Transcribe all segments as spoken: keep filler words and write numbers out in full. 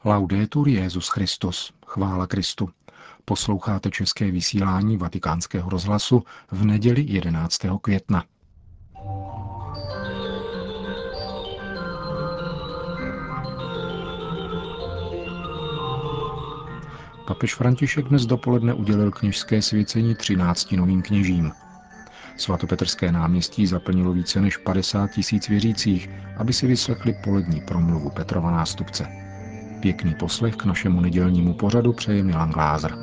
Laudetur Jesus Christus, chvála Kristu. Posloucháte české vysílání Vatikánského rozhlasu v neděli jedenáctého května. Papež František dnes dopoledne udělil kněžské svěcení třinácti novým kněžím. Svatopetrské náměstí zaplnilo více než padesát tisíc věřících, aby si vyslechli polední promluvu Petrova nástupce. Pěkný poslech k našemu nedělnímu pořadu přeje Milan Glázer.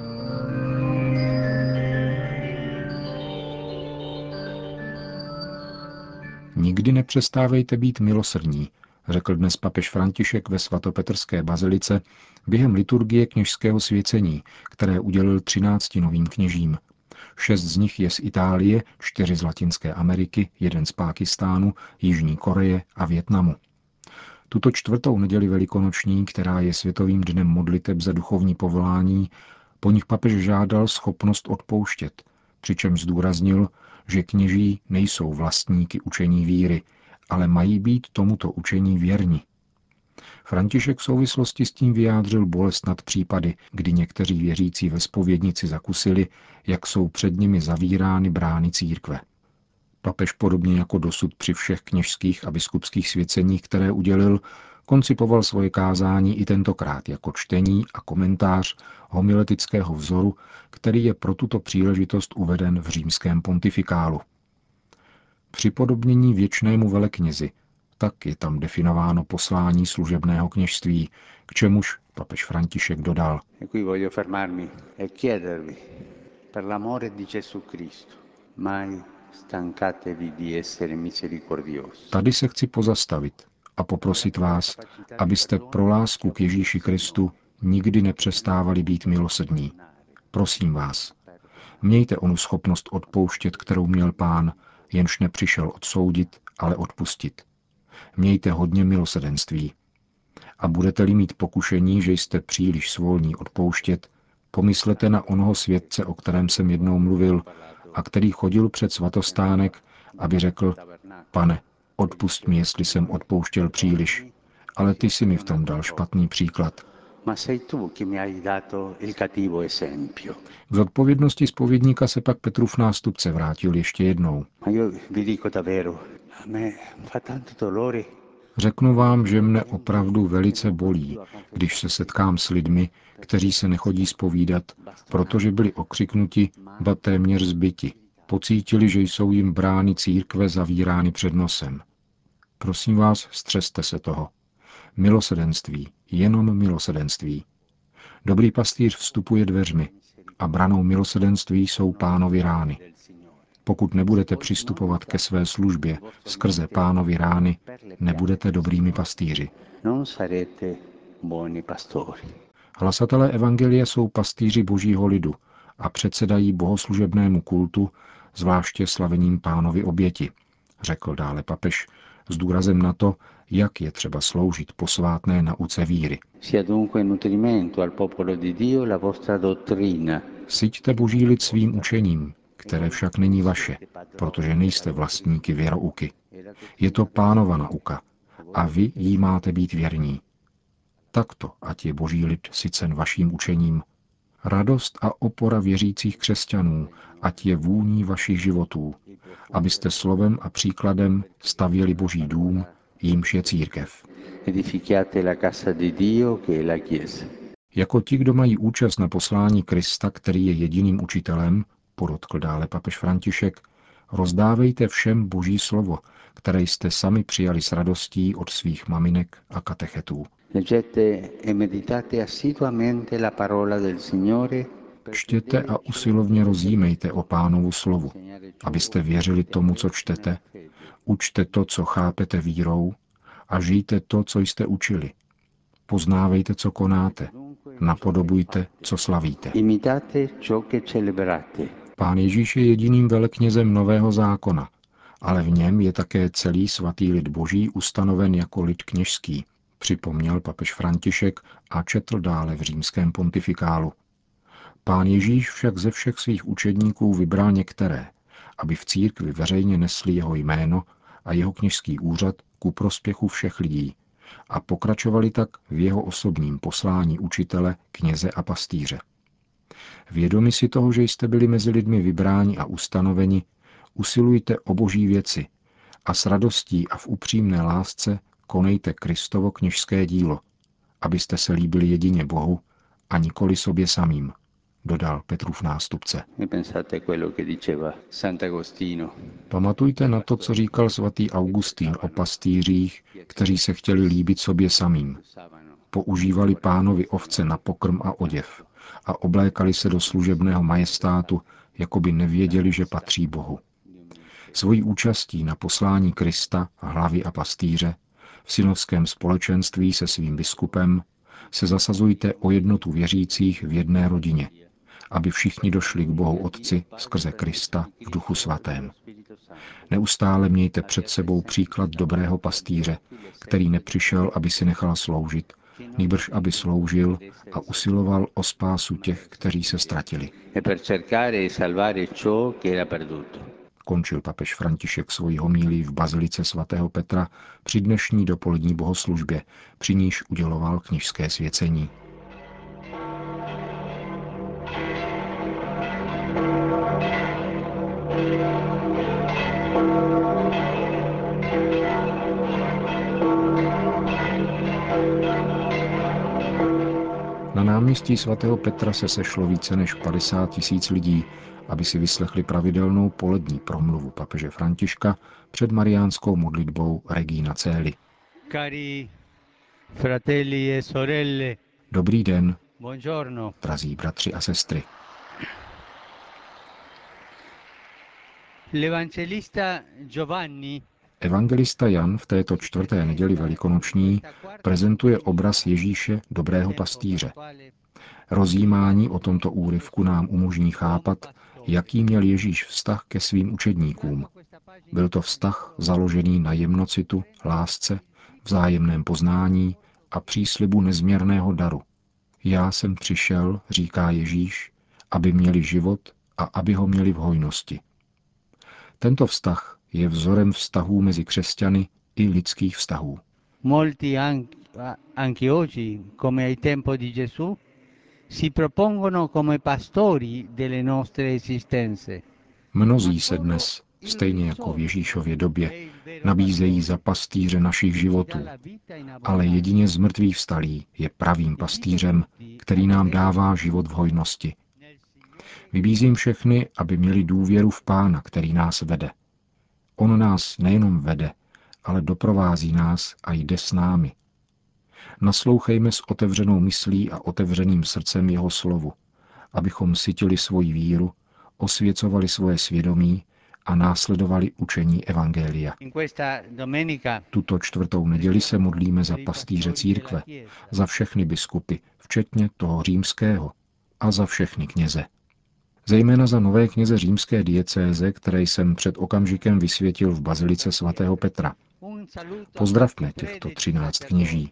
Nikdy nepřestávejte být milosrdní, řekl dnes papež František ve svatopetrské bazilice během liturgie kněžského svěcení, které udělil třinácti novým kněžím. Šest z nich je z Itálie, čtyři z Latinské Ameriky, jeden z Pákistánu, Jižní Koreje a Vietnamu. Tuto čtvrtou neděli velikonoční, která je světovým dnem modliteb za duchovní povolání, po nich papež žádal schopnost odpouštět, přičemž zdůraznil, že kněží nejsou vlastníky učení víry, ale mají být tomuto učení věrni. František v souvislosti s tím vyjádřil bolest nad případy, kdy někteří věřící ve zpovědnici zakusili, jak jsou před nimi zavírány brány církve. Papež podobně jako dosud při všech kněžských a biskupských svěceních, které udělil, koncipoval svoje kázání i tentokrát jako čtení a komentář homiletického vzoru, který je pro tuto příležitost uveden v římském pontifikálu. Připodobnění věčnému veleknězi, tak je tam definováno poslání služebného kněžství, k čemuž papež František dodal. Tady se chci pozastavit a poprosit vás, abyste pro lásku k Ježíši Kristu nikdy nepřestávali být milosrdní. Prosím vás, mějte onu schopnost odpouštět, kterou měl Pán, jenž nepřišel odsoudit, ale odpustit. Mějte hodně milosrdenství. A budete-li mít pokušení, že jste příliš svolní odpouštět, pomyslete na onoho svědce, o kterém jsem jednou mluvil a který chodil před svatostánek, aby řekl: Pane, odpusť mi, jestli jsem odpouštěl příliš, ale ty jsi mi v tom dal špatný příklad. K zodpovědnosti zpovědníka se pak Petrův nástupce vrátil ještě jednou. Řeknu vám, že mne opravdu velice bolí, když se setkám s lidmi, kteří se nechodí zpovídat, protože byli okřiknuti, ba téměř zbyti. Pocítili, že jsou jim brány církve zavírány před nosem. Prosím vás, střeste se toho. Milosrdenství, jenom milosrdenství. Dobrý pastýř vstupuje dveřmi a branou milosrdenství jsou Pánovy rány. Pokud nebudete přistupovat ke své službě skrze Pánovy rány, nebudete dobrými pastýři. Hlasatelé evangelia jsou pastýři Božího lidu a předsedají bohoslužebnému kultu, zvláště slavením Pánovy oběti, řekl dále papež, s důrazem na to, jak je třeba sloužit posvátné nauce víry. Syťte Boží lid svým učením, které však není vaše, protože nejste vlastníky věrouky. Je to Pánova nauka a vy jí máte být věrní. Takto, ať je Boží lid sycen vaším učením. Radost a opora věřících křesťanů, ať je vůní vašich životů, abyste slovem a příkladem stavěli Boží dům, jímž je církev. Jako ti, kdo mají účast na poslání Krista, který je jediným učitelem, podotkl dále papež František, rozdávejte všem Boží slovo, které jste sami přijali s radostí od svých maminek a katechetů. Čtěte a usilovně rozjímejte o Pánovu slovu, abyste věřili tomu, co čtete, učte to, co chápete vírou a žijte to, co jste učili. Poznávejte, co konáte, napodobujte, co slavíte. Pán Ježíš je jediným veleknězem Nového zákona, ale v něm je také celý svatý lid Boží ustanoven jako lid kněžský, připomněl papež František a četl dále v římském pontifikálu. Pán Ježíš však ze všech svých učedníků vybral některé, aby v církvi veřejně nesli jeho jméno a jeho kněžský úřad ku prospěchu všech lidí, a pokračovali tak v jeho osobním poslání učitele, kněze a pastýře. Vědomi si toho, že jste byli mezi lidmi vybráni a ustanoveni, usilujte o boží věci a s radostí a v upřímné lásce konejte Kristovo kněžské dílo, abyste se líbili jedině Bohu a nikoli sobě samým, dodal Petrův nástupce. Pamatujte na to, co říkal svatý Augustín o pastýřích, kteří se chtěli líbit sobě samým. Používali Pánovi ovce na pokrm a oděv a oblékali se do služebného majestátu, jako by nevěděli, že patří Bohu. Svojí účastí na poslání Krista, hlavy a pastýře, v synodském společenství se svým biskupem, se zasazujte o jednotu věřících v jedné rodině, aby všichni došli k Bohu Otci skrze Krista v Duchu Svatém. Neustále mějte před sebou příklad dobrého pastýře, který nepřišel, aby si nechal sloužit, nýbrž aby sloužil a usiloval o spásu těch, kteří se ztratili. Končil papež František svoji homílii v bazilice svatého Petra při dnešní dopolední bohoslužbě, při níž uděloval kněžské svěcení. Na náměstí svatého Petra se sešlo více než padesát tisíc lidí, aby si vyslechli pravidelnou polední promluvu papeže Františka před mariánskou modlitbou Regina Coeli. Cari fratelli e sorelle. Dobrý den, Buongiorno. drazí bratři a sestry. L'evangelista Giovanni Evangelista Jan v této čtvrté neděli velikonoční prezentuje obraz Ježíše, dobrého pastýře. Rozjímání o tomto úryvku nám umožní chápat, jaký měl Ježíš vztah ke svým učedníkům. Byl to vztah založený na jemnocitu, lásce, vzájemném poznání a příslibu nezměrného daru. Já jsem přišel, říká Ježíš, aby měli život a aby ho měli v hojnosti. Tento vztah je vzorem vztahů mezi křesťany i lidských vztahů. Molti anche oggi, come ai tempo di Gesù, si propongono come pastori delle nostre esistenze. Mnozí se dnes, stejně jako v Ježíšově době, nabízejí za pastýře našich životů, ale jedině zmrtvých vstalý je pravým pastýřem, který nám dává život v hojnosti. Vybízím všechny, aby měli důvěru v Pána, který nás vede. On nás nejenom vede, ale doprovází nás a jde s námi. Naslouchejme s otevřenou myslí a otevřeným srdcem jeho slovu, abychom sytili svoji víru, osvěcovali svoje svědomí a následovali učení evangelia. Tuto čtvrtou neděli se modlíme za pastýře církve, za všechny biskupy, včetně toho římského, a za všechny kněze. Zejména za nové kněze římské diecéze, které jsem před okamžikem vysvětil v bazilice svatého Petra. Pozdravme těchto třináct kněží.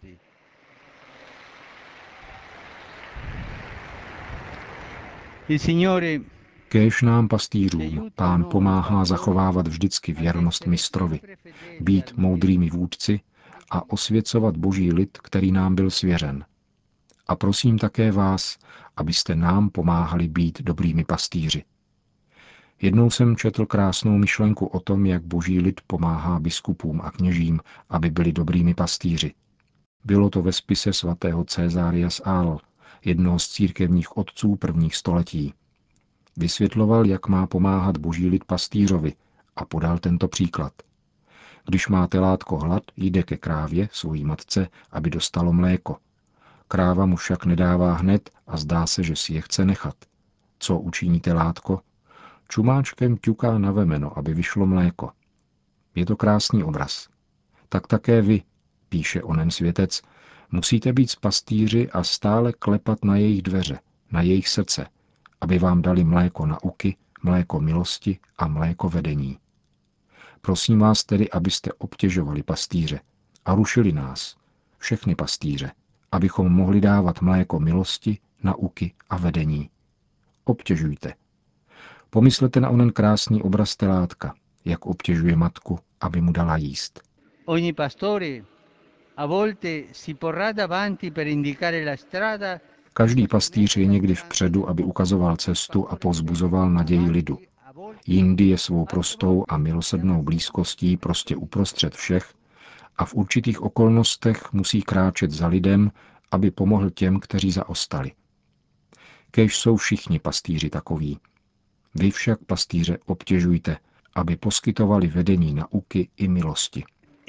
Kéž nám pastýřům Pán pomáhá zachovávat vždycky věrnost mistrovi, být moudrými vůdci a osvěcovat boží lid, který nám byl svěřen. A prosím také vás, abyste nám pomáhali být dobrými pastýři. Jednou jsem četl krásnou myšlenku o tom, jak boží lid pomáhá biskupům a kněžím, aby byli dobrými pastýři. Bylo to ve spise svatého Cezária z Ál, jednoho z církevních otců prvních století. Vysvětloval, jak má pomáhat boží lid pastýřovi a podal tento příklad. Když má telátko hlad, jde ke krávě, svojí matce, aby dostalo mléko. Kráva mu však nedává hned a zdá se, že si je chce nechat. Co učiní telátko? Čumáčkem ťuká na vemeno, aby vyšlo mléko. Je to krásný obraz. Tak také vy, píše onen světec, musíte být s pastýři a stále klepat na jejich dveře, na jejich srdce, aby vám dali mléko nauky, mléko milosti a mléko vedení. Prosím vás tedy, abyste obtěžovali pastýře a rušili nás, všechny pastýře, abychom mohli dávat mléko milosti, nauky a vedení. Obtěžujte. Pomyslete na onen krásný obraz telátka, jak obtěžuje matku, aby mu dala jíst. Každý pastýř je někdy vpředu, aby ukazoval cestu a povzbuzoval naději lidu. Jindy je svou prostou a milosrdnou blízkostí prostě uprostřed všech a v určitých okolnostech musí kráčet za lidem, aby pomohl těm, kteří zaostali. Kéž jsou všichni pastýři takoví. Vy však, pastýře, obtěžujte, aby poskytovali vedení nauky i milosti.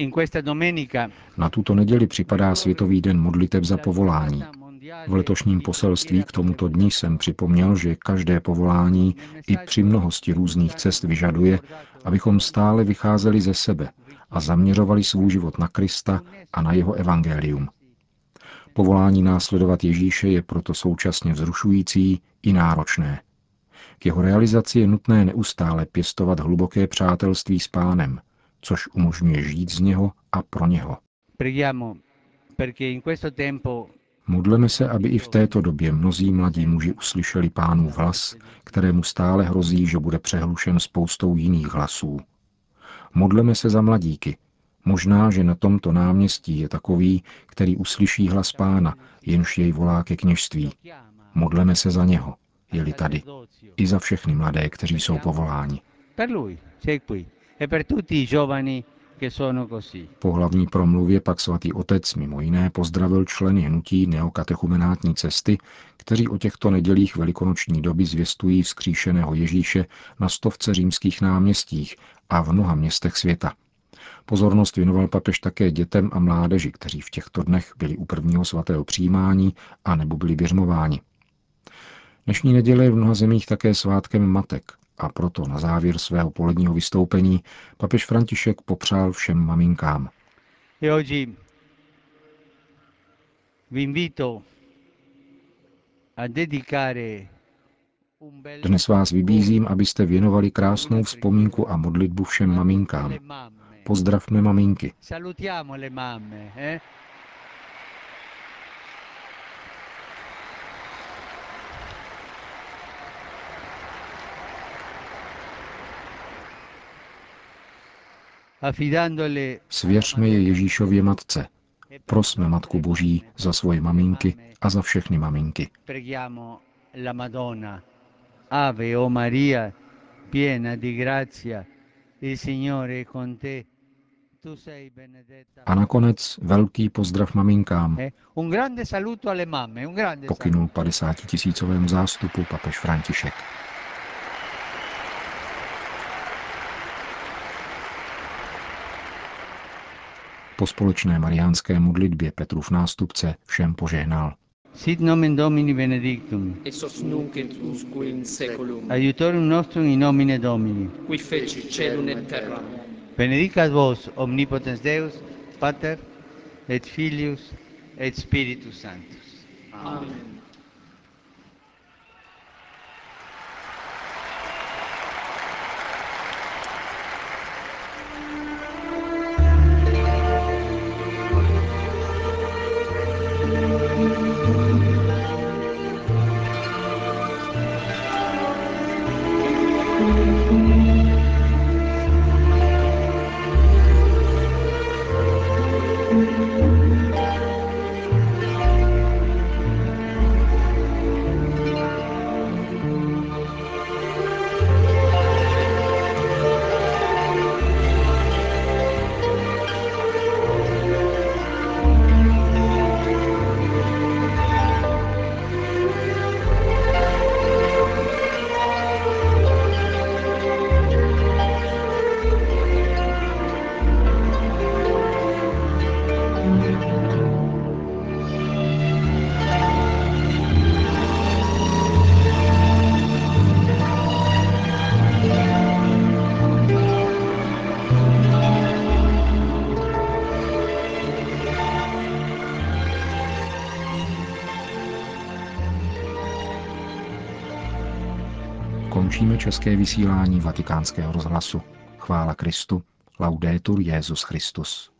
Na tuto neděli připadá Světový den modliteb za povolání. V letošním poselství k tomuto dni jsem připomněl, že každé povolání i při mnohosti různých cest vyžaduje, abychom stále vycházeli ze sebe a zaměřovali svůj život na Krista a na jeho evangelium. Povolání následovat Ježíše je proto současně vzrušující i náročné. K jeho realizaci je nutné neustále pěstovat hluboké přátelství s Pánem, což umožňuje žít z něho a pro něho. Modleme se, aby i v této době mnozí mladí muži uslyšeli Pánův hlas, kterému stále hrozí, že bude přehlušen spoustou jiných hlasů. Modleme se za mladíky. Možná, že na tomto náměstí je takový, který uslyší hlas Pána, jenž jej volá ke kněžství. Modleme se za něho, je-li tady, i za všechny mladé, kteří jsou povoláni. Po hlavní promluvě pak svatý otec mimo jiné pozdravil členy hnutí neokatechumenátní cesty, kteří o těchto nedělích velikonoční doby zvěstují vzkříšeného Ježíše na stovce římských náměstích a v mnoha městech světa. Pozornost věnoval papež také dětem a mládeži, kteří v těchto dnech byli u prvního svatého přijímání a nebo byli běžmováni. Dnešní neděle je v mnoha zemích také svátkem matek a proto na závěr svého poledního vystoupení papež František popřál všem maminkám. Dnes vás vybízím, abyste věnovali krásnou vzpomínku a modlitbu všem maminkám. Pozdravme maminky. Svěřme je Ježíšově matce. Prosme Matku Boží za svoje maminky a za všechny maminky. Ave o Maria, piena di grazia, il Signore è con te. A nakonec velký pozdrav maminkám. Pokynul padesátitisícovému zástupu papež František. Po společné mariánské modlitbě Petrův nástupce všem požehnal. Sit nomen Domini benedictum. Ex hoc nunc et usque in seculum. Aiutorium nostrum in nomine Domini. Qui feci caelum et terram. Benedicat vos omnipotens Deus, Pater et Filius et Spiritus Sanctus. Amen. Končíme české vysílání Vatikánského rozhlasu. Chvála Kristu. Laudetur Jesus Christus.